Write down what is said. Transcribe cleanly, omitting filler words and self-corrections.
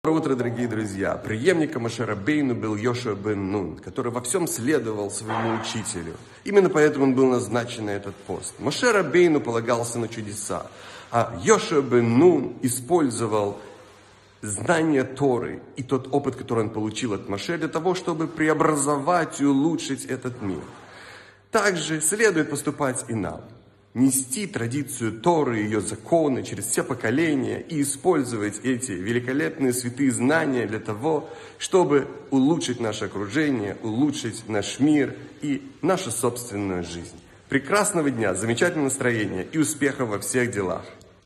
Доброе утро, дорогие друзья! Преемником Моше Рабейну был Йошуа бен Нун, который во всем следовал своему учителю. Именно поэтому он был назначен на этот пост. Моше Рабейну полагался на чудеса, а Йошуа бен Нун использовал знания Торы и тот опыт, который он получил от Моше, для того, чтобы преобразовать и улучшить этот мир. Также следует поступать и нам. Нести традицию Торы, ее законы через все поколения и использовать эти великолепные святые знания для того, чтобы улучшить наше окружение, улучшить наш мир и нашу собственную жизнь. Прекрасного дня, замечательного настроения и успехов во всех делах!